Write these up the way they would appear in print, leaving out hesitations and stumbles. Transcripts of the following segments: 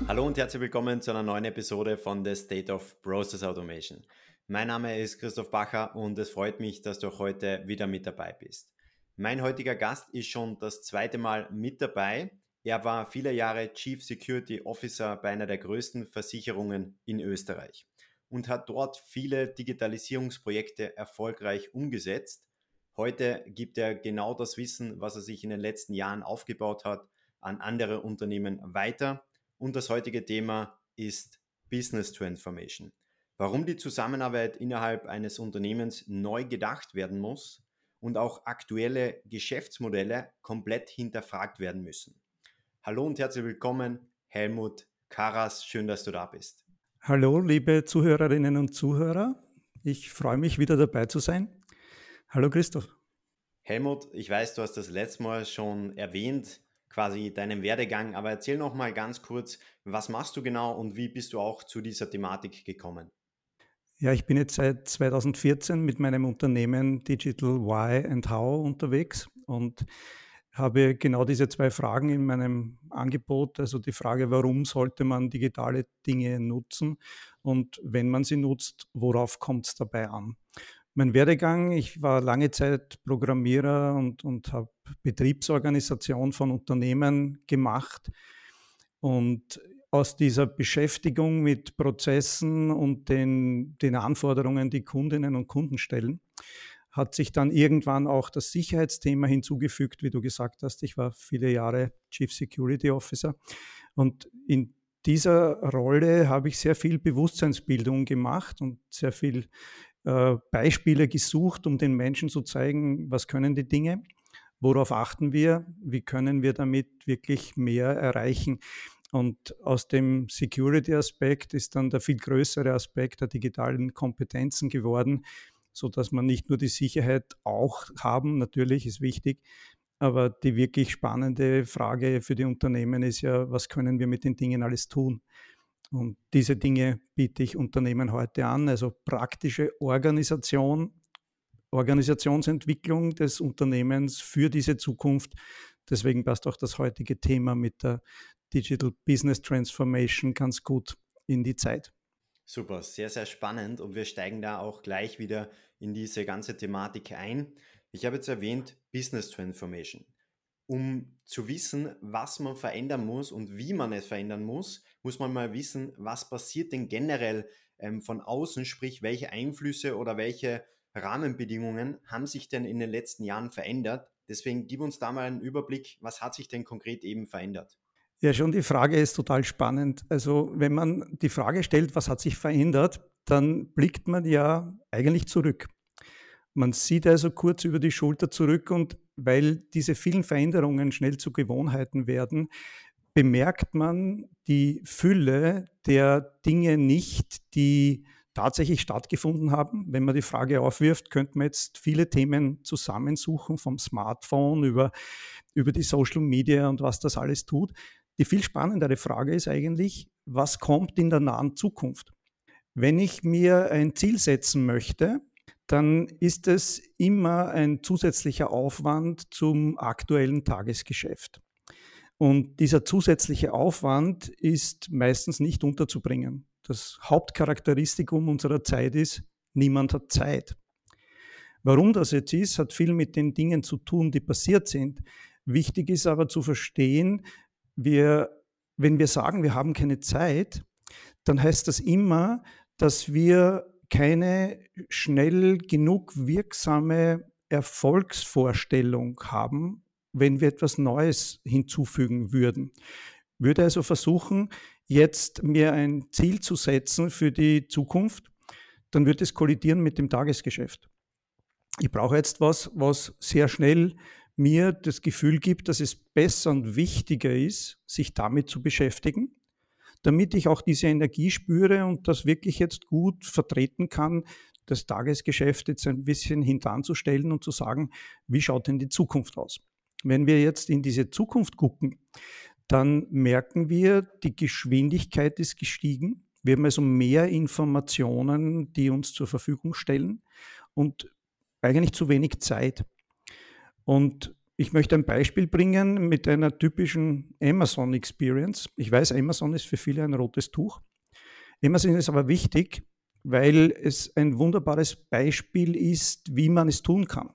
Hallo und herzlich willkommen zu einer neuen Episode von The State of Process Automation. Mein Name ist Christoph Bacher und es freut mich, dass du auch heute wieder mit dabei bist. Mein heutiger Gast ist schon das zweite Mal mit dabei. Er war viele Jahre Chief Security Officer bei einer der größten Versicherungen in Österreich und hat dort viele Digitalisierungsprojekte erfolgreich umgesetzt. Heute gibt er genau das Wissen, was er sich in den letzten Jahren aufgebaut hat, an andere Unternehmen weiter. Und das heutige Thema ist Business Transformation. Warum die Zusammenarbeit innerhalb eines Unternehmens neu gedacht werden muss und auch aktuelle Geschäftsmodelle komplett hinterfragt werden müssen. Hallo und herzlich willkommen, Helmut Karas. Schön, dass du da bist. Hallo, liebe Zuhörerinnen und Zuhörer. Ich freue mich, wieder dabei zu sein. Hallo, Christoph. Helmut, ich weiß, du hast das letzte Mal schon erwähnt, quasi deinen Werdegang, aber erzähl noch mal ganz kurz, was machst du genau und wie bist du auch zu dieser Thematik gekommen? Ja, ich bin jetzt seit 2014 mit meinem Unternehmen Digital Why and How unterwegs und habe genau diese zwei Fragen in meinem Angebot. Also die Frage, warum sollte man digitale Dinge nutzen und wenn man sie nutzt, worauf kommt es dabei an? Mein Werdegang, ich war lange Zeit Programmierer und habe Betriebsorganisation von Unternehmen gemacht. Und aus dieser Beschäftigung mit Prozessen und den Anforderungen, die Kundinnen und Kunden stellen, hat sich dann irgendwann auch das Sicherheitsthema hinzugefügt, wie du gesagt hast. Ich war viele Jahre Chief Security Officer und in dieser Rolle habe ich sehr viel Bewusstseinsbildung gemacht und sehr viel Beispiele gesucht, um den Menschen zu zeigen, was können die Dinge, worauf achten wir, wie können wir damit wirklich mehr erreichen. Und aus dem Security-Aspekt ist dann der viel größere Aspekt der digitalen Kompetenzen geworden, so dass man nicht nur die Sicherheit auch haben, natürlich ist wichtig, aber die wirklich spannende Frage für die Unternehmen ist ja, was können wir mit den Dingen alles tun? Und diese Dinge biete ich Unternehmen heute an, also praktische Organisationsentwicklung des Unternehmens für diese Zukunft. Deswegen passt auch das heutige Thema mit der Digital Business Transformation ganz gut in die Zeit. Super, sehr, sehr spannend und wir steigen da auch gleich wieder in diese ganze Thematik ein. Ich habe jetzt erwähnt Business Transformation. Um zu wissen, was man verändern muss und wie man es verändern muss, muss man mal wissen, was passiert denn generell von außen, sprich welche Einflüsse oder welche Rahmenbedingungen haben sich denn in den letzten Jahren verändert. Deswegen gib uns da mal einen Überblick, was hat sich denn konkret eben verändert? Ja, schon die Frage ist total spannend. Also wenn man die Frage stellt, was hat sich verändert, dann blickt man ja eigentlich zurück. Man sieht also kurz über die Schulter zurück und weil diese vielen Veränderungen schnell zu Gewohnheiten werden, bemerkt man die Fülle der Dinge nicht, die tatsächlich stattgefunden haben. Wenn man die Frage aufwirft, könnte man jetzt viele Themen zusammensuchen, vom Smartphone über die Social Media und was das alles tut. Die viel spannendere Frage ist eigentlich, was kommt in der nahen Zukunft? Wenn ich mir ein Ziel setzen möchte, dann ist es immer ein zusätzlicher Aufwand zum aktuellen Tagesgeschäft. Und dieser zusätzliche Aufwand ist meistens nicht unterzubringen. Das Hauptcharakteristikum unserer Zeit ist, niemand hat Zeit. Warum das jetzt ist, hat viel mit den Dingen zu tun, die passiert sind. Wichtig ist aber zu verstehen, wenn wir sagen, wir haben keine Zeit, dann heißt das immer, dass wir keine schnell genug wirksame Erfolgsvorstellung haben, wenn wir etwas Neues hinzufügen würden. Würde also versuchen, jetzt mir ein Ziel zu setzen für die Zukunft, dann wird es kollidieren mit dem Tagesgeschäft. Ich brauche jetzt was, was sehr schnell mir das Gefühl gibt, dass es besser und wichtiger ist, sich damit zu beschäftigen, damit ich auch diese Energie spüre und das wirklich jetzt gut vertreten kann, das Tagesgeschäft jetzt ein bisschen hintanzustellen und zu sagen, wie schaut denn die Zukunft aus? Wenn wir jetzt in diese Zukunft gucken, dann merken wir, die Geschwindigkeit ist gestiegen. Wir haben also mehr Informationen, die uns zur Verfügung stellen und eigentlich zu wenig Zeit. Und Ich möchte ein Beispiel bringen mit einer typischen Amazon Experience. Ich weiß, Amazon ist für viele ein rotes Tuch. Amazon ist aber wichtig, weil es ein wunderbares Beispiel ist, wie man es tun kann.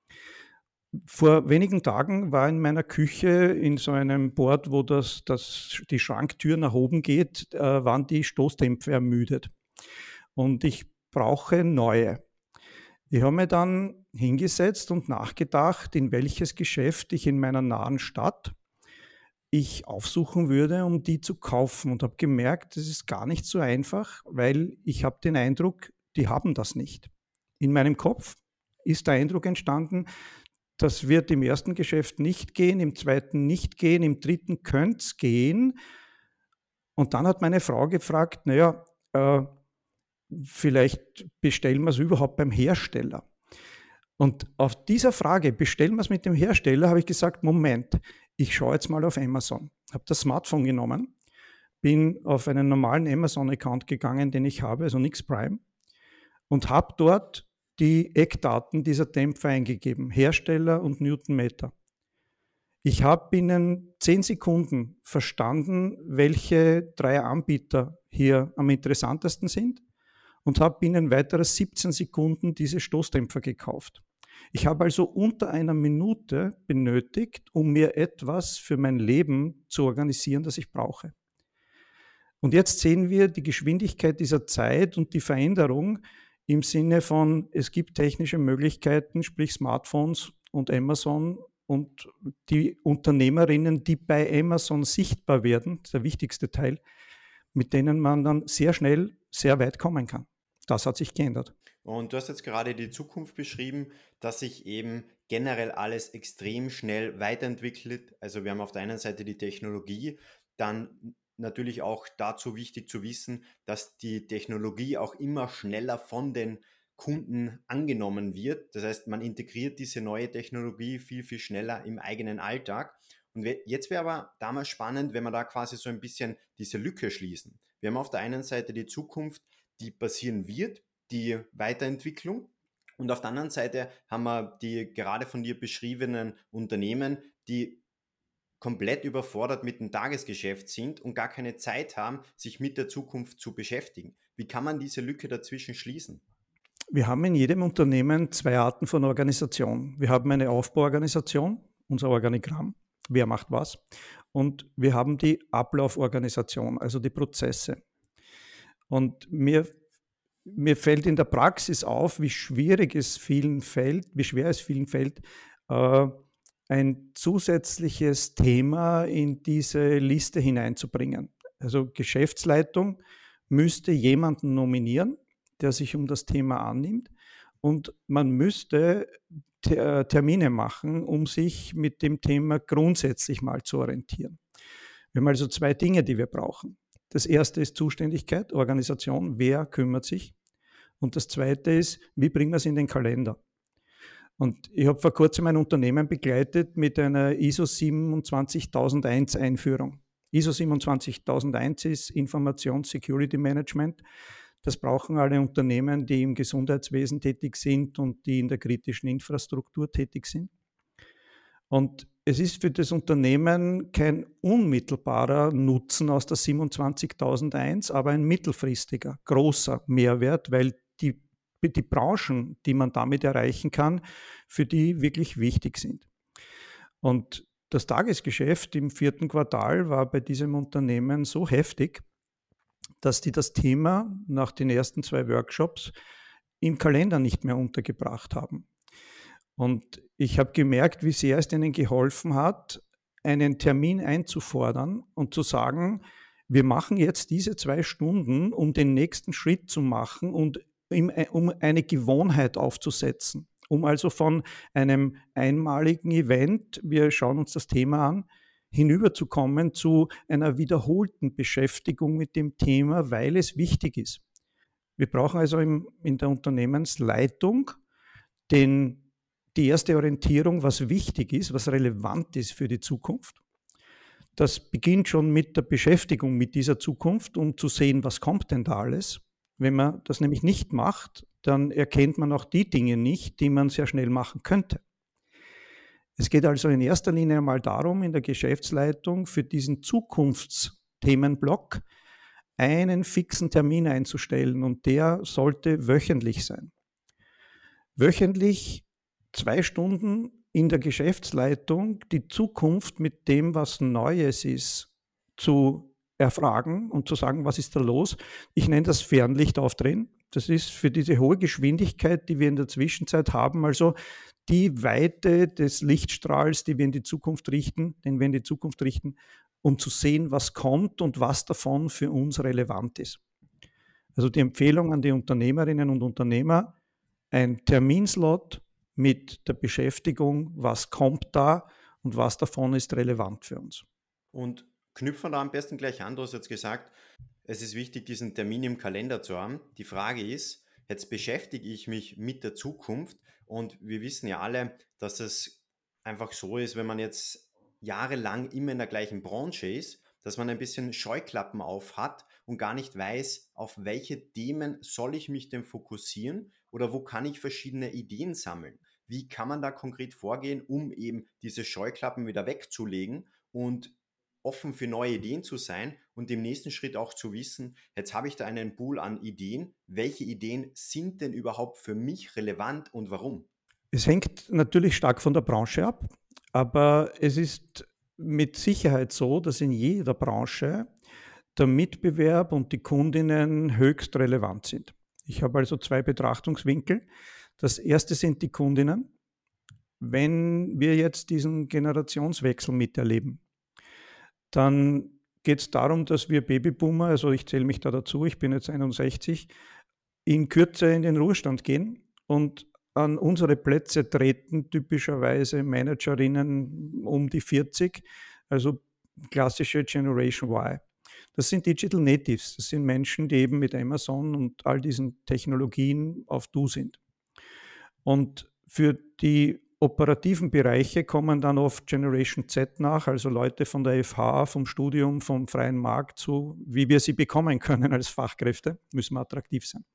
Vor wenigen Tagen war in meiner Küche in so einem Board, wo die Schranktür nach oben geht, waren die Stoßdämpfe ermüdet. Und ich brauche neue. Ich habe mir dann hingesetzt und nachgedacht, in welches Geschäft ich in meiner nahen Stadt ich aufsuchen würde, um die zu kaufen, und habe gemerkt, das ist gar nicht so einfach, weil ich habe den Eindruck, die haben das nicht. In meinem Kopf ist der Eindruck entstanden, das wird im ersten Geschäft nicht gehen, im zweiten nicht gehen, im dritten könnte es gehen. Und dann hat meine Frau gefragt, naja, vielleicht bestellen wir es überhaupt beim Hersteller. Und auf dieser Frage, bestellen wir es mit dem Hersteller, habe ich gesagt, Moment, ich schaue jetzt mal auf Amazon. Habe das Smartphone genommen, bin auf einen normalen Amazon-Account gegangen, den ich habe, also nix Prime, und habe dort die Eckdaten dieser Dämpfer eingegeben, Hersteller und Newtonmeter. Ich habe binnen 10 Sekunden verstanden, welche 3 Anbieter hier am interessantesten sind, und habe binnen weiterer 17 Sekunden diese Stoßdämpfer gekauft. Ich habe also unter einer Minute benötigt, um mir etwas für mein Leben zu organisieren, das ich brauche. Und jetzt sehen wir die Geschwindigkeit dieser Zeit und die Veränderung im Sinne von, es gibt technische Möglichkeiten, sprich Smartphones und Amazon und die Unternehmerinnen, die bei Amazon sichtbar werden, das ist der wichtigste Teil, mit denen man dann sehr schnell sehr weit kommen kann. Das hat sich geändert. Und du hast jetzt gerade die Zukunft beschrieben, dass sich eben generell alles extrem schnell weiterentwickelt. Also wir haben auf der einen Seite die Technologie, dann natürlich auch dazu wichtig zu wissen, dass die Technologie auch immer schneller von den Kunden angenommen wird. Das heißt, man integriert diese neue Technologie viel, viel schneller im eigenen Alltag. Und jetzt wäre aber damals spannend, wenn wir da quasi so ein bisschen diese Lücke schließen. Wir haben auf der einen Seite die Zukunft, die passieren wird, die Weiterentwicklung. Und auf der anderen Seite haben wir die gerade von dir beschriebenen Unternehmen, die komplett überfordert mit dem Tagesgeschäft sind und gar keine Zeit haben, sich mit der Zukunft zu beschäftigen. Wie kann man diese Lücke dazwischen schließen? Wir haben in jedem Unternehmen 2 Arten von Organisation. Wir haben eine Aufbauorganisation, unser Organigramm, wer macht was, und wir haben die Ablauforganisation, also die Prozesse. Und mir fällt in der Praxis auf, wie schwer es vielen fällt, ein zusätzliches Thema in diese Liste hineinzubringen. Also Geschäftsleitung müsste jemanden nominieren, der sich um das Thema annimmt, und man müsste Termine machen, um sich mit dem Thema grundsätzlich mal zu orientieren. Wir haben also 2 Dinge, die wir brauchen. Das erste ist Zuständigkeit, Organisation, wer kümmert sich? Und das zweite ist, wie bringen wir es in den Kalender? Und ich habe vor kurzem ein Unternehmen begleitet mit einer ISO 27001 Einführung. ISO 27001 ist Informations Security Management. Das brauchen alle Unternehmen, die im Gesundheitswesen tätig sind und die in der kritischen Infrastruktur tätig sind. Und es ist für das Unternehmen kein unmittelbarer Nutzen aus der 27001, aber ein mittelfristiger, großer Mehrwert, weil die Branchen, die man damit erreichen kann, für die wirklich wichtig sind. Und das Tagesgeschäft im 4. Quartal war bei diesem Unternehmen so heftig, dass die das Thema nach den ersten 2 Workshops im Kalender nicht mehr untergebracht haben. Und ich habe gemerkt, wie sehr es denen geholfen hat, einen Termin einzufordern und zu sagen, wir machen jetzt diese 2 Stunden, um den nächsten Schritt zu machen und um eine Gewohnheit aufzusetzen. Um also von einem einmaligen Event, wir schauen uns das Thema an, hinüberzukommen zu einer wiederholten Beschäftigung mit dem Thema, weil es wichtig ist. Wir brauchen also in der Unternehmensleitung die erste Orientierung, was wichtig ist, was relevant ist für die Zukunft. Das beginnt schon mit der Beschäftigung mit dieser Zukunft, um zu sehen, was kommt denn da alles. Wenn man das nämlich nicht macht, dann erkennt man auch die Dinge nicht, die man sehr schnell machen könnte. Es geht also in erster Linie einmal darum, in der Geschäftsleitung für diesen Zukunftsthemenblock einen fixen Termin einzustellen und der sollte wöchentlich sein. Wöchentlich 2 Stunden in der Geschäftsleitung die Zukunft mit dem, was Neues ist, zu erfragen und zu sagen, was ist da los? Ich nenne das Fernlicht aufdrehen. Das ist für diese hohe Geschwindigkeit, die wir in der Zwischenzeit haben, also die Weite des Lichtstrahls, den wir in die Zukunft richten, um zu sehen, was kommt und was davon für uns relevant ist. Also die Empfehlung an die Unternehmerinnen und Unternehmer, ein Terminslot mit der Beschäftigung, was kommt da und was davon ist relevant für uns. Und knüpfen wir da am besten gleich an, du hast jetzt gesagt, es ist wichtig, diesen Termin im Kalender zu haben. Die Frage ist, jetzt beschäftige ich mich mit der Zukunft und wir wissen ja alle, dass es einfach so ist, wenn man jetzt jahrelang immer in der gleichen Branche ist, dass man ein bisschen Scheuklappen auf hat und gar nicht weiß, auf welche Themen soll ich mich denn fokussieren oder wo kann ich verschiedene Ideen sammeln. Wie kann man da konkret vorgehen, um eben diese Scheuklappen wieder wegzulegen und offen für neue Ideen zu sein und im nächsten Schritt auch zu wissen, jetzt habe ich da einen Pool an Ideen. Welche Ideen sind denn überhaupt für mich relevant und warum? Es hängt natürlich stark von der Branche ab, aber es ist mit Sicherheit so, dass in jeder Branche der Mitbewerb und die Kundinnen höchst relevant sind. Ich habe also 2 Betrachtungswinkel. Das erste sind die Kundinnen. Wenn wir jetzt diesen Generationswechsel miterleben, dann geht es darum, dass wir Babyboomer, also ich zähle mich da dazu, ich bin jetzt 61, in Kürze in den Ruhestand gehen und an unsere Plätze treten typischerweise Managerinnen um die 40, also klassische Generation Y. Das sind Digital Natives, das sind Menschen, die eben mit Amazon und all diesen Technologien auf Du sind. Und für die operativen Bereiche kommen dann oft Generation Z nach, also Leute von der FH, vom Studium, vom freien Markt, so wie wir sie bekommen können als Fachkräfte, müssen wir attraktiv sein.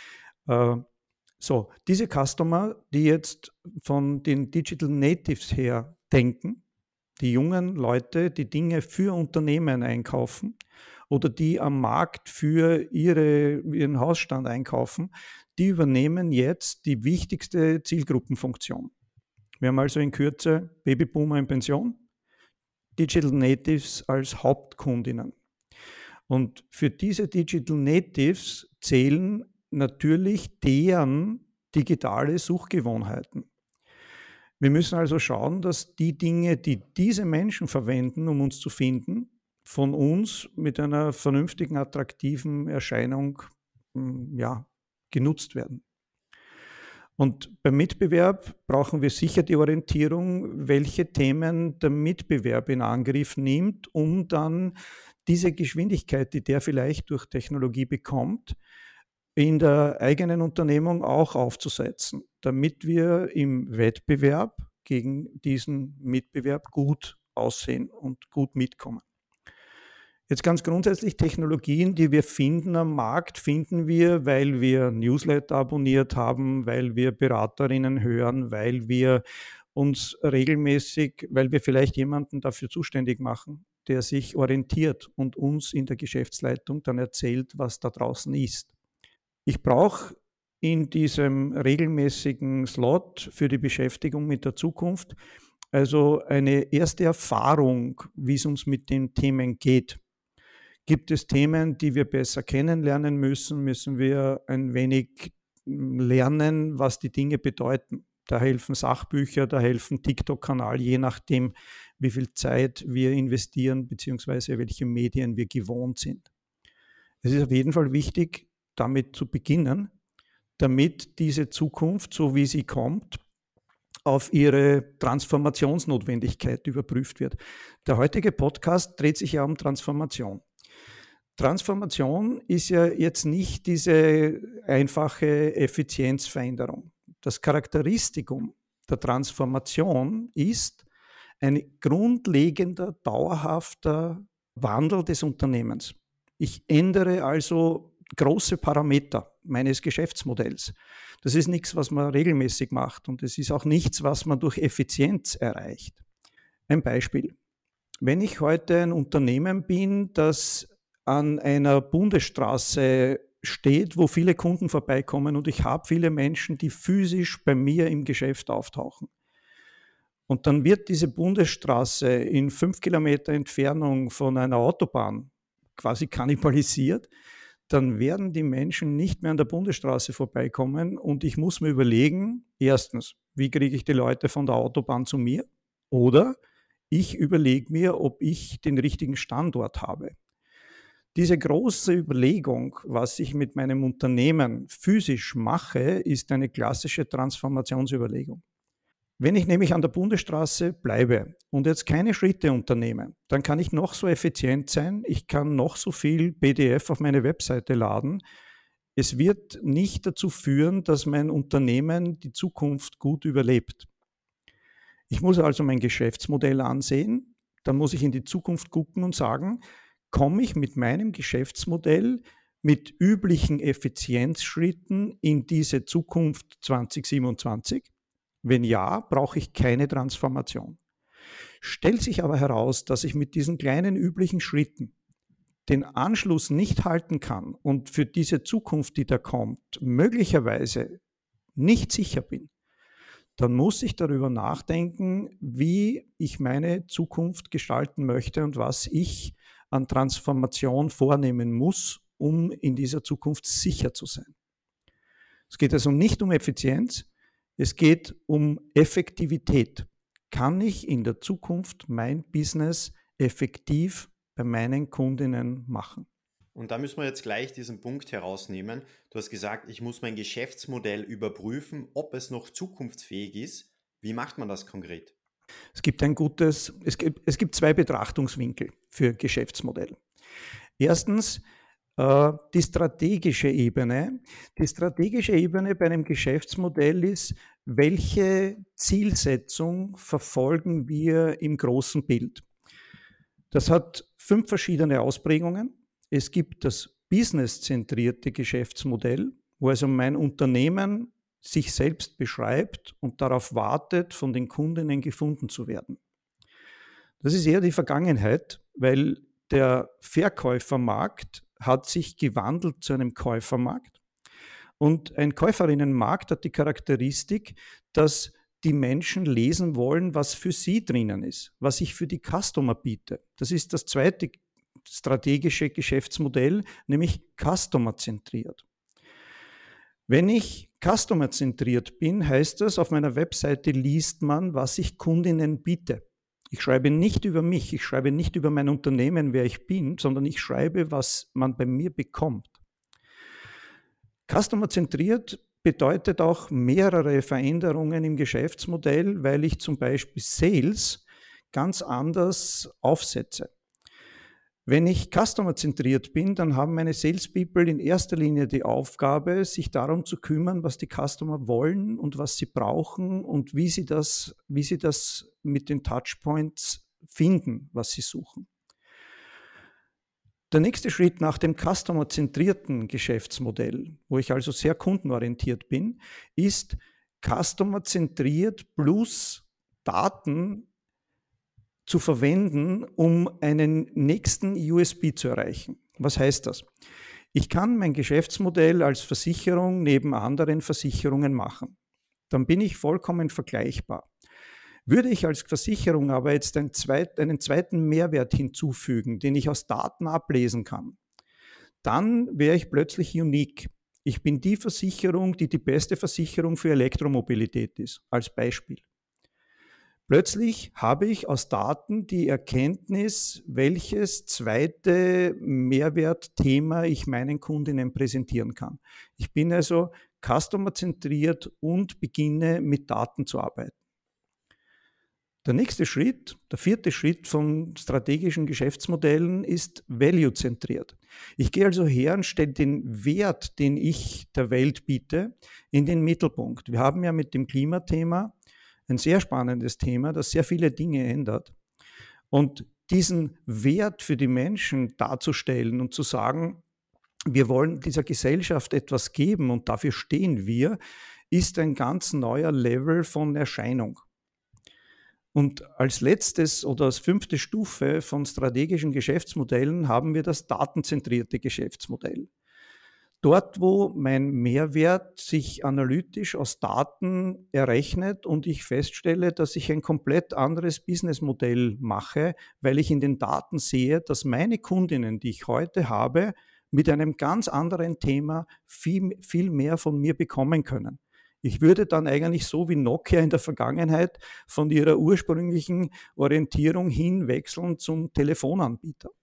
So, diese Customer, die jetzt von den Digital Natives her denken, die jungen Leute, die Dinge für Unternehmen einkaufen oder die am Markt für ihren Hausstand einkaufen, die übernehmen jetzt die wichtigste Zielgruppenfunktion. Wir haben also in Kürze Babyboomer in Pension, Digital Natives als Hauptkundinnen. Und für diese Digital Natives zählen natürlich deren digitale Suchgewohnheiten. Wir müssen also schauen, dass die Dinge, die diese Menschen verwenden, um uns zu finden, von uns mit einer vernünftigen, attraktiven Erscheinung genutzt werden. Und beim Mitbewerb brauchen wir sicher die Orientierung, welche Themen der Mitbewerb in Angriff nimmt, um dann diese Geschwindigkeit, die der vielleicht durch Technologie bekommt, in der eigenen Unternehmung auch aufzusetzen, damit wir im Wettbewerb gegen diesen Mitbewerb gut aussehen und gut mitkommen. Jetzt ganz grundsätzlich Technologien, die wir finden am Markt, finden wir, weil wir Newsletter abonniert haben, weil wir Beraterinnen hören, weil wir uns regelmäßig, weil wir vielleicht jemanden dafür zuständig machen, der sich orientiert und uns in der Geschäftsleitung dann erzählt, was da draußen ist. Ich brauche in diesem regelmäßigen Slot für die Beschäftigung mit der Zukunft also eine erste Erfahrung, wie es uns mit den Themen geht. Gibt es Themen, die wir besser kennenlernen müssen, müssen wir ein wenig lernen, was die Dinge bedeuten. Da helfen Sachbücher, da helfen TikTok-Kanal, je nachdem, wie viel Zeit wir investieren, beziehungsweise welche Medien wir gewohnt sind. Es ist auf jeden Fall wichtig, damit zu beginnen, damit diese Zukunft, so wie sie kommt, auf ihre Transformationsnotwendigkeit überprüft wird. Der heutige Podcast dreht sich ja um Transformation. Transformation ist ja jetzt nicht diese einfache Effizienzveränderung. Das Charakteristikum der Transformation ist ein grundlegender, dauerhafter Wandel des Unternehmens. Ich ändere also große Parameter meines Geschäftsmodells. Das ist nichts, was man regelmäßig macht und es ist auch nichts, was man durch Effizienz erreicht. Ein Beispiel. Wenn ich heute ein Unternehmen bin, das an einer Bundesstraße steht, wo viele Kunden vorbeikommen und ich habe viele Menschen, die physisch bei mir im Geschäft auftauchen. Und dann wird diese Bundesstraße in 5 Kilometer Entfernung von einer Autobahn quasi kannibalisiert, dann werden die Menschen nicht mehr an der Bundesstraße vorbeikommen und ich muss mir überlegen, erstens, wie kriege ich die Leute von der Autobahn zu mir? Oder ich überlege mir, ob ich den richtigen Standort habe. Diese große Überlegung, was ich mit meinem Unternehmen physisch mache, ist eine klassische Transformationsüberlegung. Wenn ich nämlich an der Bundesstraße bleibe und jetzt keine Schritte unternehme, dann kann ich noch so effizient sein, ich kann noch so viel PDF auf meine Webseite laden. Es wird nicht dazu führen, dass mein Unternehmen die Zukunft gut überlebt. Ich muss also mein Geschäftsmodell ansehen, dann muss ich in die Zukunft gucken und sagen, komme ich mit meinem Geschäftsmodell mit üblichen Effizienzschritten in diese Zukunft 2027? Wenn ja, brauche ich keine Transformation. Stellt sich aber heraus, dass ich mit diesen kleinen üblichen Schritten den Anschluss nicht halten kann und für diese Zukunft, die da kommt, möglicherweise nicht sicher bin, dann muss ich darüber nachdenken, wie ich meine Zukunft gestalten möchte und was ich an Transformation vornehmen muss, um in dieser Zukunft sicher zu sein. Es geht also nicht um Effizienz, es geht um Effektivität. Kann ich in der Zukunft mein Business effektiv bei meinen Kundinnen machen? Und da müssen wir jetzt gleich diesen Punkt herausnehmen. Du hast gesagt, ich muss mein Geschäftsmodell überprüfen, ob es noch zukunftsfähig ist. Wie macht man das konkret? Es gibt zwei Betrachtungswinkel für Geschäftsmodell. Erstens die strategische Ebene. Die strategische Ebene bei einem Geschäftsmodell ist, welche Zielsetzung verfolgen wir im großen Bild. Das hat 5 verschiedene Ausprägungen. Es gibt das businesszentrierte Geschäftsmodell, wo also mein Unternehmen sich selbst beschreibt und darauf wartet, von den Kundinnen gefunden zu werden. Das ist eher die Vergangenheit, weil der Verkäufermarkt hat sich gewandelt zu einem Käufermarkt. Und ein Käuferinnenmarkt hat die Charakteristik, dass die Menschen lesen wollen, was für sie drinnen ist, was ich für die Customer biete. Das ist das zweite strategische Geschäftsmodell, nämlich customerzentriert. Wenn ich customerzentriert bin, heißt das, auf meiner Webseite liest man, was ich Kundinnen biete. Ich schreibe nicht über mich, ich schreibe nicht über mein Unternehmen, wer ich bin, sondern ich schreibe, was man bei mir bekommt. Customerzentriert bedeutet auch mehrere Veränderungen im Geschäftsmodell, weil ich zum Beispiel Sales ganz anders aufsetze. Wenn ich customerzentriert bin, dann haben meine Salespeople in erster Linie die Aufgabe, sich darum zu kümmern, was die Customer wollen und was sie brauchen und wie sie das mit den Touchpoints finden, was sie suchen. Der nächste Schritt nach dem customerzentrierten Geschäftsmodell, wo ich also sehr kundenorientiert bin, ist customerzentriert plus Daten zu verwenden, um einen nächsten USP zu erreichen. Was heißt das? Ich kann mein Geschäftsmodell als Versicherung neben anderen Versicherungen machen. Dann bin ich vollkommen vergleichbar. Würde ich als Versicherung aber jetzt einen zweiten Mehrwert hinzufügen, den ich aus Daten ablesen kann, dann wäre ich plötzlich unique. Ich bin die Versicherung, die beste Versicherung für Elektromobilität ist, als Beispiel. Plötzlich habe ich aus Daten die Erkenntnis, welches zweite Mehrwertthema ich meinen Kundinnen präsentieren kann. Ich bin also customerzentriert und beginne mit Daten zu arbeiten. Der nächste Schritt, der vierte Schritt von strategischen Geschäftsmodellen ist value-zentriert. Ich gehe also her und stelle den Wert, den ich der Welt biete, in den Mittelpunkt. Wir haben ja mit dem Klimathema ein sehr spannendes Thema, das sehr viele Dinge ändert. Und diesen Wert für die Menschen darzustellen und zu sagen, wir wollen dieser Gesellschaft etwas geben und dafür stehen wir, ist ein ganz neuer Level von Erscheinung. Und als letztes oder als fünfte Stufe von strategischen Geschäftsmodellen haben wir das datenzentrierte Geschäftsmodell. Dort, wo mein Mehrwert sich analytisch aus Daten errechnet und ich feststelle, dass ich ein komplett anderes Businessmodell mache, weil ich in den Daten sehe, dass meine Kundinnen, die ich heute habe, mit einem ganz anderen Thema viel mehr von mir bekommen können. Ich würde dann eigentlich so wie Nokia in der Vergangenheit von ihrer ursprünglichen Orientierung hinwechseln zum Telefonanbieter.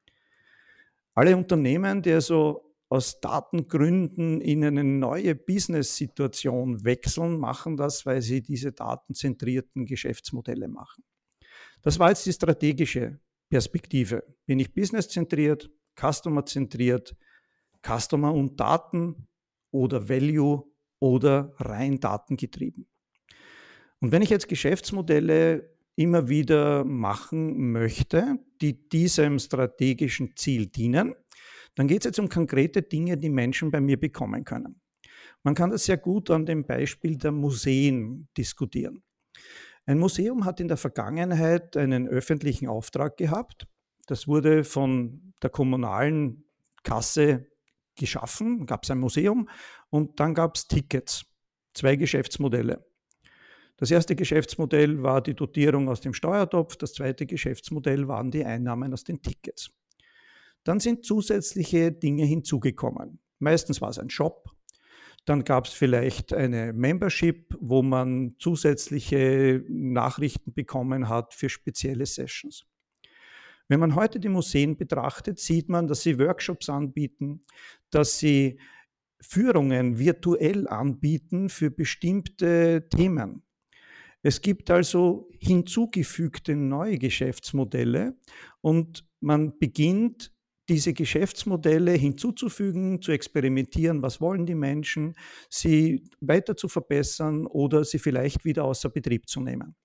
Alle Unternehmen, die also aus Datengründen in eine neue Business-Situation wechseln, machen das, weil sie diese datenzentrierten Geschäftsmodelle machen. Das war jetzt die strategische Perspektive. Bin ich businesszentriert, customerzentriert, Customer und Daten oder Value oder rein datengetrieben? Und wenn ich jetzt Geschäftsmodelle immer wieder machen möchte, die diesem strategischen Ziel dienen, dann geht es jetzt um konkrete Dinge, die Menschen bei mir bekommen können. Man kann das sehr gut an dem Beispiel der Museen diskutieren. Ein Museum hat in der Vergangenheit einen öffentlichen Auftrag gehabt. Das wurde von der kommunalen Kasse geschaffen, gab es ein Museum und dann gab es Tickets, 2 Geschäftsmodelle. Das erste Geschäftsmodell war die Dotierung aus dem Steuertopf, das zweite Geschäftsmodell waren die Einnahmen aus den Tickets. Dann sind zusätzliche Dinge hinzugekommen. Meistens war es ein Shop, dann gab es vielleicht eine Membership, wo man zusätzliche Nachrichten bekommen hat für spezielle Sessions. Wenn man heute die Museen betrachtet, sieht man, dass sie Workshops anbieten, dass sie Führungen virtuell anbieten für bestimmte Themen. Es gibt also hinzugefügte neue Geschäftsmodelle und man beginnt, diese Geschäftsmodelle hinzuzufügen, zu experimentieren, was wollen die Menschen, sie weiter zu verbessern oder sie vielleicht wieder außer Betrieb zu nehmen.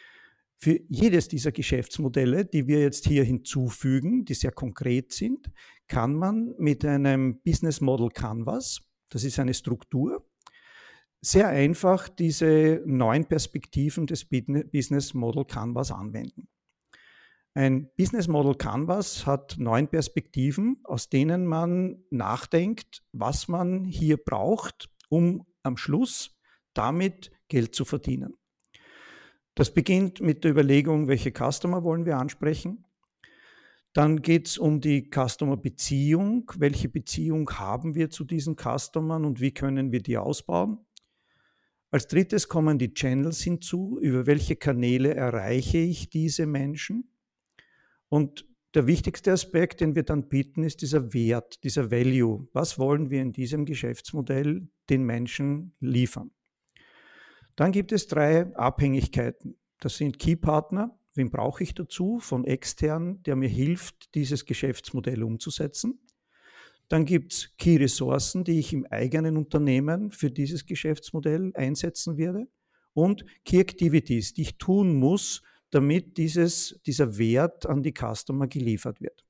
Für jedes dieser Geschäftsmodelle, die wir jetzt hier hinzufügen, die sehr konkret sind, kann man mit einem Business Model Canvas, das ist eine Struktur, sehr einfach diese neuen Perspektiven des Business Model Canvas anwenden. Ein Business Model Canvas hat 9 Perspektiven, aus denen man nachdenkt, was man hier braucht, um am Schluss damit Geld zu verdienen. Das beginnt mit der Überlegung, welche Customer wollen wir ansprechen. Dann geht es um die Customer-Beziehung. Welche Beziehung haben wir zu diesen Customern und wie können wir die ausbauen? Als drittes kommen die Channels hinzu. Über welche Kanäle erreiche ich diese Menschen? Und der wichtigste Aspekt, den wir dann bieten, ist dieser Wert, dieser Value. Was wollen wir in diesem Geschäftsmodell den Menschen liefern? Dann gibt es 3 Abhängigkeiten. Das sind Key-Partner. Wen brauche ich dazu von extern, der mir hilft, dieses Geschäftsmodell umzusetzen? Dann gibt es Key-Ressourcen, die ich im eigenen Unternehmen für dieses Geschäftsmodell einsetzen werde. Und Key-Activities, die ich tun muss, damit dieser Wert an die Customer geliefert wird.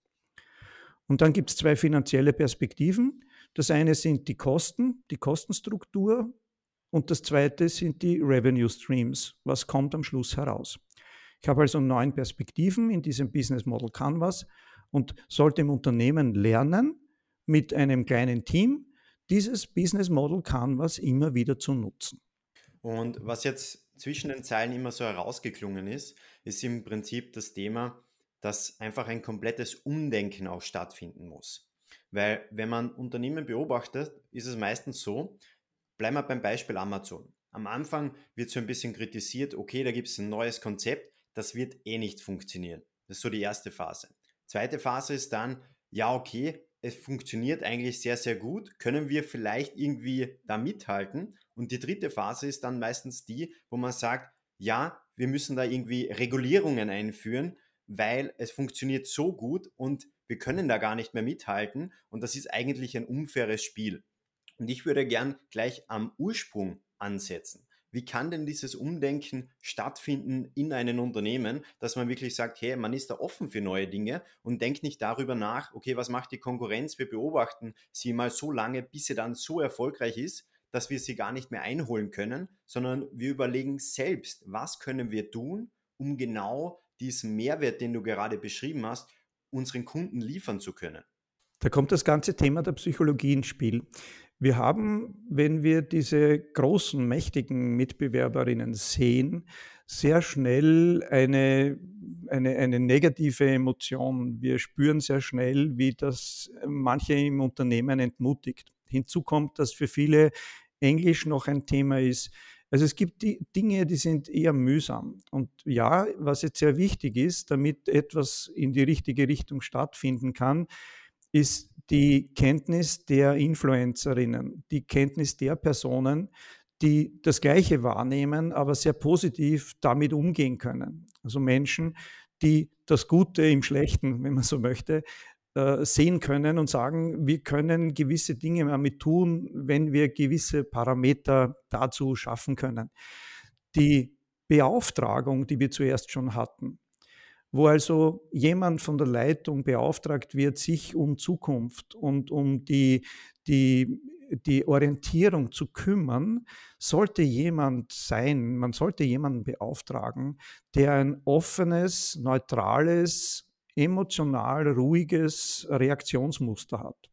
Und dann gibt es 2 finanzielle Perspektiven. Das eine sind die Kosten, die Kostenstruktur und das zweite sind die Revenue Streams. Was kommt am Schluss heraus? Ich habe also 9 Perspektiven in diesem Business Model Canvas und sollte im Unternehmen lernen, mit einem kleinen Team dieses Business Model Canvas immer wieder zu nutzen. Und was jetzt zwischen den Zeilen immer so herausgeklungen ist, ist im Prinzip das Thema, dass einfach ein komplettes Umdenken auch stattfinden muss. Weil wenn man Unternehmen beobachtet, ist es meistens so, bleiben wir beim Beispiel Amazon. Am Anfang wird so ein bisschen kritisiert, okay, da gibt es ein neues Konzept, das wird eh nicht funktionieren. Das ist so die erste Phase. Zweite Phase ist dann, ja, okay, es funktioniert eigentlich sehr, sehr gut. Können wir vielleicht irgendwie da mithalten? Und die dritte Phase ist dann meistens die, wo man sagt, ja, wir müssen da irgendwie Regulierungen einführen, weil es funktioniert so gut und wir können da gar nicht mehr mithalten. Und das ist eigentlich ein unfaires Spiel. Und ich würde gern gleich am Ursprung ansetzen. Wie kann denn dieses Umdenken stattfinden in einem Unternehmen, dass man wirklich sagt, hey, man ist da offen für neue Dinge und denkt nicht darüber nach, okay, was macht die Konkurrenz? Wir beobachten sie mal so lange, bis sie dann so erfolgreich ist, dass wir sie gar nicht mehr einholen können, sondern wir überlegen selbst, was können wir tun, um genau diesen Mehrwert, den du gerade beschrieben hast, unseren Kunden liefern zu können. Da kommt das ganze Thema der Psychologie ins Spiel. Wir haben, wenn wir diese großen, mächtigen Mitbewerberinnen sehen, sehr schnell eine negative Emotion. Wir spüren sehr schnell, wie das manche im Unternehmen entmutigt. Hinzu kommt, dass für viele Englisch noch ein Thema ist. Also es gibt die Dinge, die sind eher mühsam. Und ja, was jetzt sehr wichtig ist, damit etwas in die richtige Richtung stattfinden kann, ist die Kenntnis der Influencerinnen, die Kenntnis der Personen, die das Gleiche wahrnehmen, aber sehr positiv damit umgehen können. Also Menschen, die das Gute im Schlechten, wenn man so möchte, sehen können und sagen, wir können gewisse Dinge damit tun, wenn wir gewisse Parameter dazu schaffen können. Die Beauftragung, die wir zuerst schon hatten, wo also jemand von der Leitung beauftragt wird, sich um Zukunft und um die Orientierung zu kümmern, sollte jemand sein, man sollte jemanden beauftragen, der ein offenes, neutrales, emotional ruhiges Reaktionsmuster hat.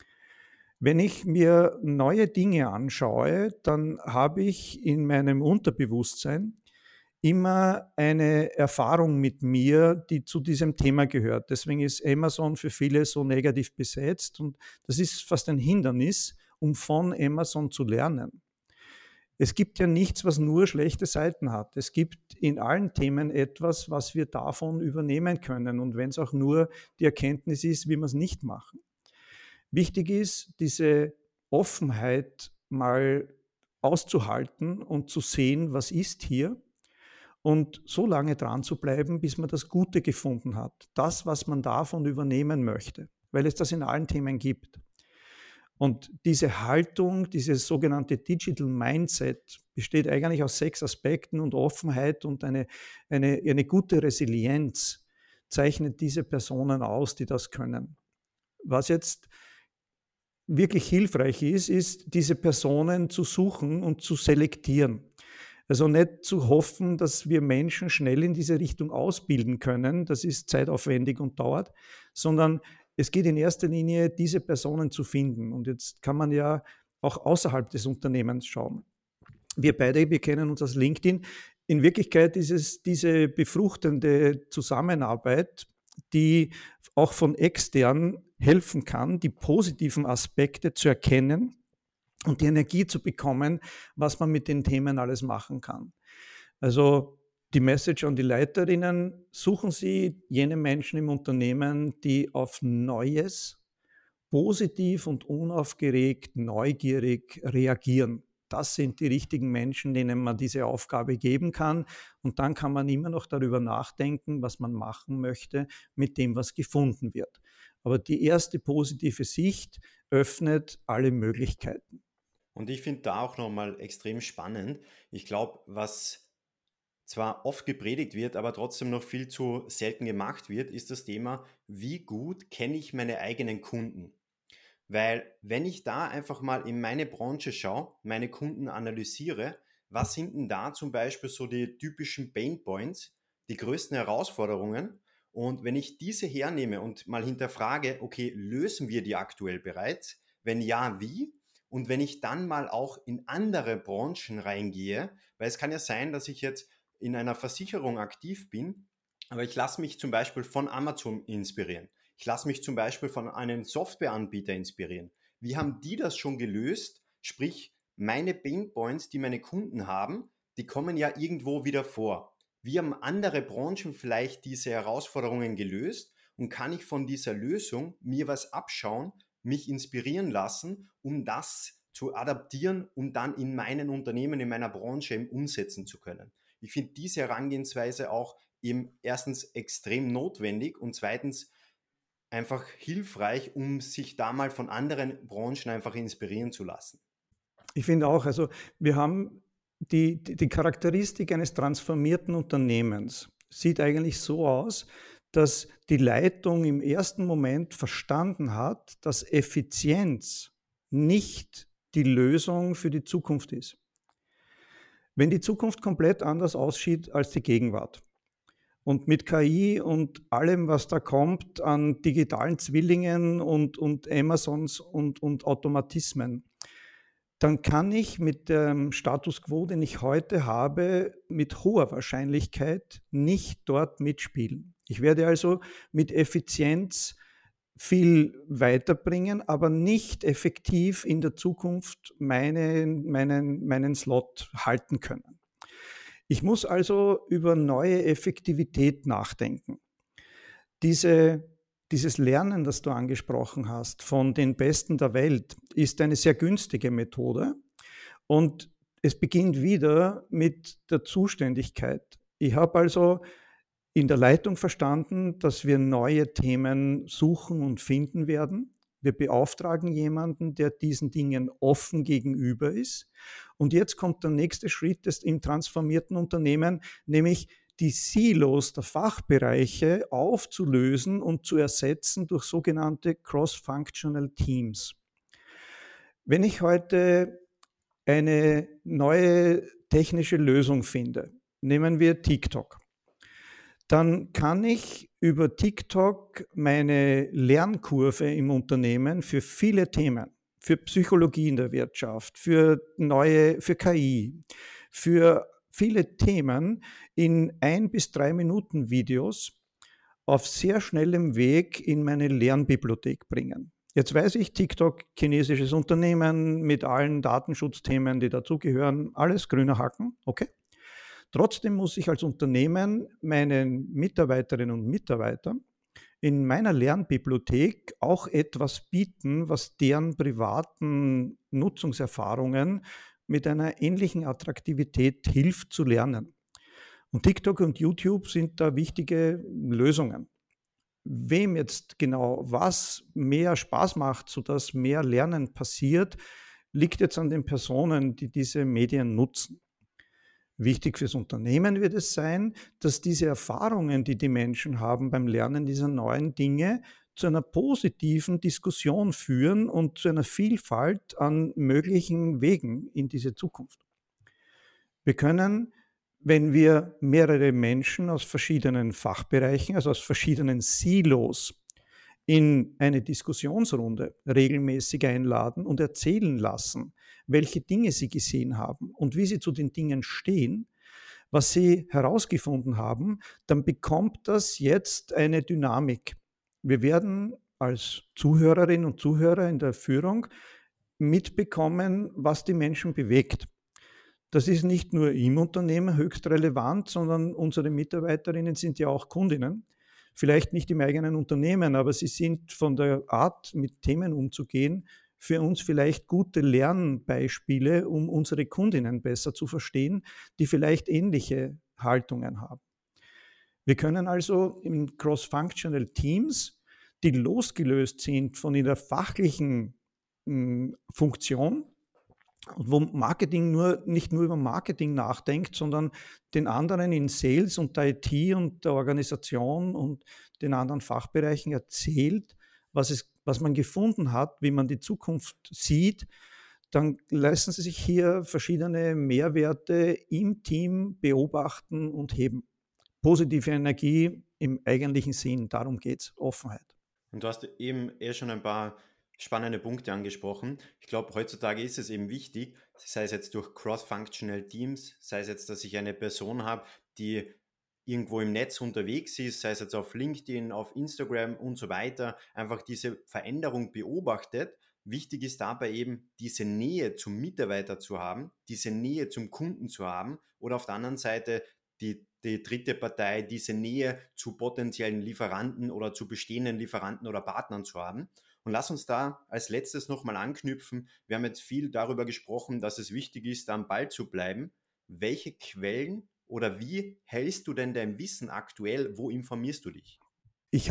Wenn ich mir neue Dinge anschaue, dann habe ich in meinem Unterbewusstsein immer eine Erfahrung mit mir, die zu diesem Thema gehört. Deswegen ist Amazon für viele so negativ besetzt und das ist fast ein Hindernis, um von Amazon zu lernen. Es gibt ja nichts, was nur schlechte Seiten hat. Es gibt in allen Themen etwas, was wir davon übernehmen können und wenn es auch nur die Erkenntnis ist, wie wir es nicht machen. Wichtig ist, diese Offenheit mal auszuhalten und zu sehen, was ist hier und so lange dran zu bleiben, bis man das Gute gefunden hat. Das, was man davon übernehmen möchte, weil es das in allen Themen gibt. Und diese Haltung, dieses sogenannte Digital Mindset besteht eigentlich aus 6 Aspekten und Offenheit und eine gute Resilienz zeichnet diese Personen aus, die das können. Was jetzt wirklich hilfreich ist, ist, diese Personen zu suchen und zu selektieren. Also nicht zu hoffen, dass wir Menschen schnell in diese Richtung ausbilden können, das ist zeitaufwendig und dauert, sondern es geht in erster Linie, diese Personen zu finden. Und jetzt kann man ja auch außerhalb des Unternehmens schauen. Wir beide, wir kennen uns aus LinkedIn. In Wirklichkeit ist es diese befruchtende Zusammenarbeit, die auch von extern helfen kann, die positiven Aspekte zu erkennen und die Energie zu bekommen, was man mit den Themen alles machen kann. Also die Message an die Leiterinnen, suchen Sie jene Menschen im Unternehmen, die auf Neues positiv und unaufgeregt, neugierig reagieren. Das sind die richtigen Menschen, denen man diese Aufgabe geben kann. Und dann kann man immer noch darüber nachdenken, was man machen möchte mit dem, was gefunden wird. Aber die erste positive Sicht öffnet alle Möglichkeiten. Und ich finde da auch nochmal extrem spannend. Ich glaube, was zwar oft gepredigt wird, aber trotzdem noch viel zu selten gemacht wird, ist das Thema, wie gut kenne ich meine eigenen Kunden? Weil wenn ich da einfach mal in meine Branche schaue, meine Kunden analysiere, was sind denn da zum Beispiel so die typischen Pain Points, die größten Herausforderungen? Und wenn ich diese hernehme und mal hinterfrage, okay, lösen wir die aktuell bereits? Wenn ja, wie? Und wenn ich dann mal auch in andere Branchen reingehe, weil es kann ja sein, dass ich jetzt in einer Versicherung aktiv bin, aber ich lasse mich zum Beispiel von Amazon inspirieren. Ich lasse mich zum Beispiel von einem Softwareanbieter inspirieren. Wie haben die das schon gelöst? Sprich, meine Painpoints, die meine Kunden haben, die kommen ja irgendwo wieder vor. Wie haben andere Branchen vielleicht diese Herausforderungen gelöst und kann ich von dieser Lösung mir was abschauen, mich inspirieren lassen, um das zu adaptieren, um dann in meinen Unternehmen, in meiner Branche eben umsetzen zu können. Ich finde diese Herangehensweise auch eben erstens extrem notwendig und zweitens einfach hilfreich, um sich da mal von anderen Branchen einfach inspirieren zu lassen. Ich finde auch, also wir haben die Charakteristik eines transformierten Unternehmens sieht eigentlich so aus, dass die Leitung im ersten Moment verstanden hat, dass Effizienz nicht die Lösung für die Zukunft ist. Wenn die Zukunft komplett anders aussieht als die Gegenwart und mit KI und allem, was da kommt an digitalen Zwillingen und Amazons und Automatismen, dann kann ich mit dem Status quo, den ich heute habe, mit hoher Wahrscheinlichkeit nicht dort mitspielen. Ich werde also mit Effizienz viel weiterbringen, aber nicht effektiv in der Zukunft meinen Slot halten können. Ich muss also über neue Effektivität nachdenken. Dieses Lernen, das du angesprochen hast, von den Besten der Welt, ist eine sehr günstige Methode und es beginnt wieder mit der Zuständigkeit. Ich habe also in der Leitung verstanden, dass wir neue Themen suchen und finden werden. Wir beauftragen jemanden, der diesen Dingen offen gegenüber ist. Und jetzt kommt der nächste Schritt im transformierten Unternehmen, nämlich die Silos der Fachbereiche aufzulösen und zu ersetzen durch sogenannte Cross-Functional Teams. Wenn ich heute eine neue technische Lösung finde, nehmen wir TikTok, dann kann ich über TikTok meine Lernkurve im Unternehmen für viele Themen, für Psychologie in der Wirtschaft, für KI, für viele Themen in 1 bis 3 Minuten Videos auf sehr schnellem Weg in meine Lernbibliothek bringen. Jetzt weiß ich, TikTok, chinesisches Unternehmen mit allen Datenschutzthemen, die dazugehören, alles grüner Haken, okay. Trotzdem muss ich als Unternehmen meinen Mitarbeiterinnen und Mitarbeitern in meiner Lernbibliothek auch etwas bieten, was deren privaten Nutzungserfahrungen mit einer ähnlichen Attraktivität hilft zu lernen. Und TikTok und YouTube sind da wichtige Lösungen. Wem jetzt genau was mehr Spaß macht, sodass mehr Lernen passiert, liegt jetzt an den Personen, die diese Medien nutzen. Wichtig fürs Unternehmen wird es sein, dass diese Erfahrungen, die die Menschen haben beim Lernen dieser neuen Dinge, zu einer positiven Diskussion führen und zu einer Vielfalt an möglichen Wegen in diese Zukunft. Wir können, wenn wir mehrere Menschen aus verschiedenen Fachbereichen, also aus verschiedenen Silos, in eine Diskussionsrunde regelmäßig einladen und erzählen lassen, welche Dinge sie gesehen haben und wie sie zu den Dingen stehen, was sie herausgefunden haben, dann bekommt das jetzt eine Dynamik. Wir werden als Zuhörerinnen und Zuhörer in der Führung mitbekommen, was die Menschen bewegt. Das ist nicht nur im Unternehmen höchst relevant, sondern unsere Mitarbeiterinnen sind ja auch Kundinnen. Vielleicht nicht im eigenen Unternehmen, aber sie sind von der Art, mit Themen umzugehen, für uns vielleicht gute Lernbeispiele, um unsere Kundinnen besser zu verstehen, die vielleicht ähnliche Haltungen haben. Wir können also in Cross-Functional Teams, die losgelöst sind von ihrer fachlichen Funktion, wo Marketing nicht nur über Marketing nachdenkt, sondern den anderen in Sales und der IT und der Organisation und den anderen Fachbereichen erzählt, was man gefunden hat, wie man die Zukunft sieht, dann lassen Sie sich hier verschiedene Mehrwerte im Team beobachten und heben. Positive Energie im eigentlichen Sinn, darum geht es, Offenheit. Und du hast eben schon ein paar spannende Punkte angesprochen. Ich glaube, heutzutage ist es eben wichtig, sei es jetzt durch Cross-Functional Teams, sei es jetzt, dass ich eine Person habe, die irgendwo im Netz unterwegs ist, sei es jetzt auf LinkedIn, auf Instagram und so weiter, einfach diese Veränderung beobachtet. Wichtig ist dabei eben, diese Nähe zum Mitarbeiter zu haben, diese Nähe zum Kunden zu haben oder auf der anderen Seite die dritte Partei, diese Nähe zu potenziellen Lieferanten oder zu bestehenden Lieferanten oder Partnern zu haben. Und lass uns da als letztes nochmal anknüpfen. Wir haben jetzt viel darüber gesprochen, dass es wichtig ist, am Ball zu bleiben. Welche Quellen oder wie hältst du denn dein Wissen aktuell? Wo informierst du dich? Ich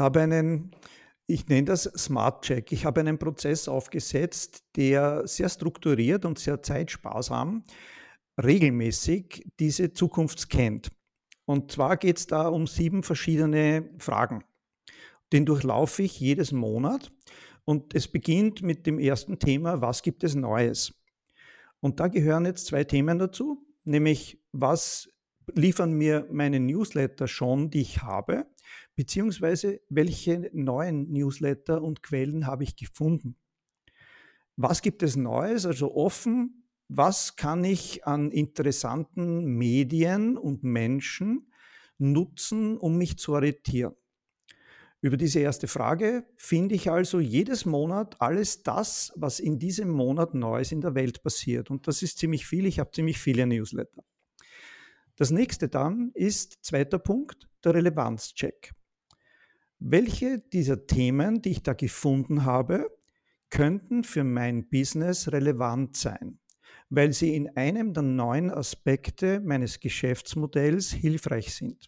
nenne das Smart Check. Ich habe einen Prozess aufgesetzt, der sehr strukturiert und sehr zeitsparsam regelmäßig diese Zukunft scannt. Und zwar geht es da um 7 verschiedene Fragen. Den durchlaufe ich jedes Monat und es beginnt mit dem ersten Thema: Was gibt es Neues? Und da gehören jetzt 2 Themen dazu, nämlich was liefern mir meine Newsletter schon, die ich habe, beziehungsweise welche neuen Newsletter und Quellen habe ich gefunden? Was gibt es Neues, also offen, was kann ich an interessanten Medien und Menschen nutzen, um mich zu orientieren? Über diese erste Frage finde ich also jedes Monat alles das, was in diesem Monat Neues in der Welt passiert. Und das ist ziemlich viel. Ich habe ziemlich viele Newsletter. Das nächste dann ist, zweiter Punkt, der Relevanzcheck. Welche dieser Themen, die ich da gefunden habe, könnten für mein Business relevant sein, weil sie in einem der neuen Aspekte meines Geschäftsmodells hilfreich sind.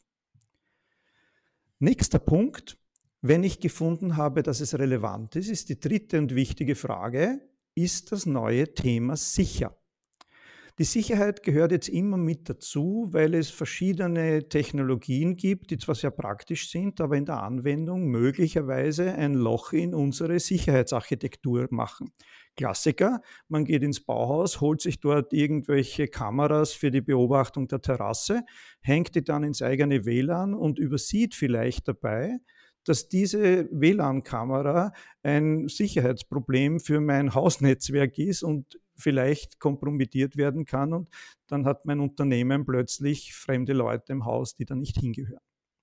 Nächster Punkt: Wenn ich gefunden habe, dass es relevant ist, ist die dritte und wichtige Frage: Ist das neue Thema sicher? Die Sicherheit gehört jetzt immer mit dazu, weil es verschiedene Technologien gibt, die zwar sehr praktisch sind, aber in der Anwendung möglicherweise ein Loch in unsere Sicherheitsarchitektur machen. Klassiker: Man geht ins Bauhaus, holt sich dort irgendwelche Kameras für die Beobachtung der Terrasse, hängt die dann ins eigene WLAN und übersieht vielleicht dabei, dass diese WLAN-Kamera ein Sicherheitsproblem für mein Hausnetzwerk ist und vielleicht kompromittiert werden kann, und dann hat mein Unternehmen plötzlich fremde Leute im Haus, die da nicht hingehören.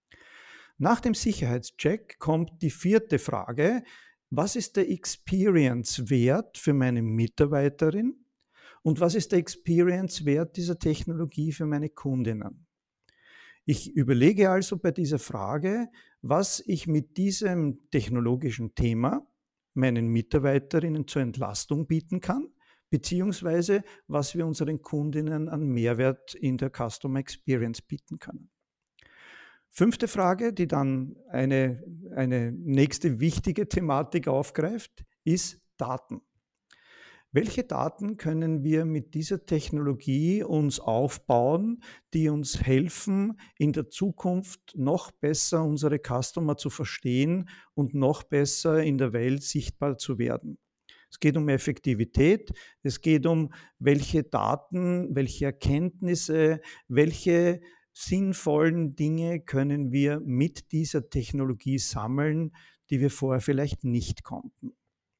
Nach dem Sicherheitscheck kommt die vierte Frage: Was ist der Experience-Wert für meine Mitarbeiterin und was ist der Experience-Wert dieser Technologie für meine Kundinnen? Ich überlege also bei dieser Frage, was ich mit diesem technologischen Thema meinen Mitarbeiterinnen zur Entlastung bieten kann, beziehungsweise was wir unseren Kundinnen an Mehrwert in der Customer Experience bieten können. Fünfte Frage, die dann eine nächste wichtige Thematik aufgreift, ist Daten. Welche Daten können wir mit dieser Technologie uns aufbauen, die uns helfen, in der Zukunft noch besser unsere Customer zu verstehen und noch besser in der Welt sichtbar zu werden? Es geht um Effektivität, es geht um, welche Daten, welche Erkenntnisse, welche sinnvollen Dinge können wir mit dieser Technologie sammeln, die wir vorher vielleicht nicht konnten.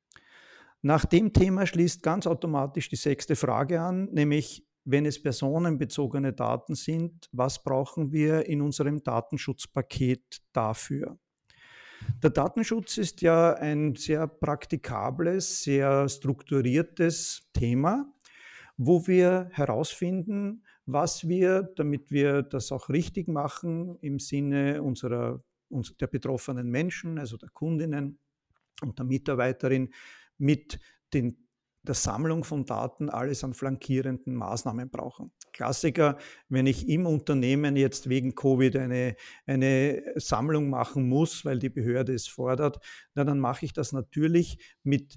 Nach dem Thema schließt ganz automatisch die sechste Frage an, nämlich: Wenn es personenbezogene Daten sind, was brauchen wir in unserem Datenschutzpaket dafür? Der Datenschutz ist ja ein sehr praktikables, sehr strukturiertes Thema, wo wir herausfinden, was wir, damit wir das auch richtig machen, im Sinne der betroffenen Menschen, also der Kundinnen und der Mitarbeiterin, mit der Sammlung von Daten alles an flankierenden Maßnahmen brauchen. Klassiker: Wenn ich im Unternehmen jetzt wegen Covid eine Sammlung machen muss, weil die Behörde es fordert, dann mache ich das natürlich mit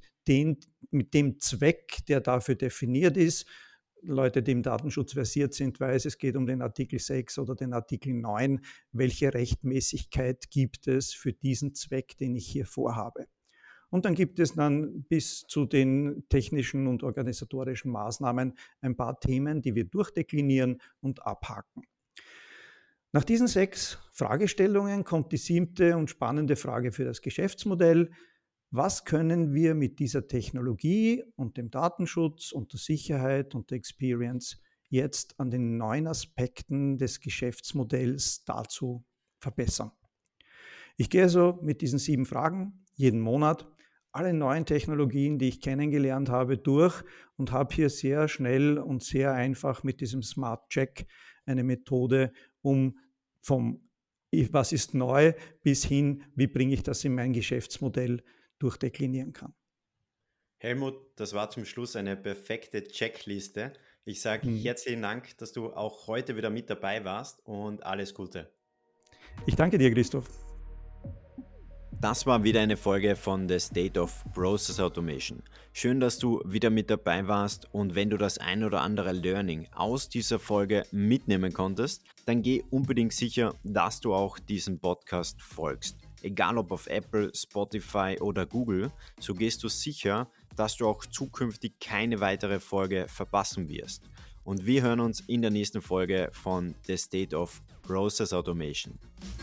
dem Zweck, der dafür definiert ist. Leute, die im Datenschutz versiert sind, weiß, es geht um den Artikel 6 oder den Artikel 9. Welche Rechtmäßigkeit gibt es für diesen Zweck, den ich hier vorhabe? Und dann gibt es dann bis zu den technischen und organisatorischen Maßnahmen ein paar Themen, die wir durchdeklinieren und abhaken. Nach diesen 6 Fragestellungen kommt die 7. und spannende Frage für das Geschäftsmodell: Was können wir mit dieser Technologie und dem Datenschutz und der Sicherheit und der Experience jetzt an den neuen Aspekten des Geschäftsmodells dazu verbessern? Ich gehe also mit diesen 7 Fragen jeden Monat alle neuen Technologien, die ich kennengelernt habe, durch und habe hier sehr schnell und sehr einfach mit diesem Smart Check eine Methode, um vom was ist neu bis hin, wie bringe ich das in mein Geschäftsmodell, durchdeklinieren kann. Helmut, das war zum Schluss eine perfekte Checkliste. Ich sage herzlichen Dank, dass du auch heute wieder mit dabei warst und alles Gute. Ich danke dir, Christoph. Das war wieder eine Folge von The State of Process Automation. Schön, dass du wieder mit dabei warst, und wenn du das ein oder andere Learning aus dieser Folge mitnehmen konntest, dann geh unbedingt sicher, dass du auch diesem Podcast folgst. Egal ob auf Apple, Spotify oder Google, so gehst du sicher, dass du auch zukünftig keine weitere Folge verpassen wirst. Und wir hören uns in der nächsten Folge von The State of Process Automation.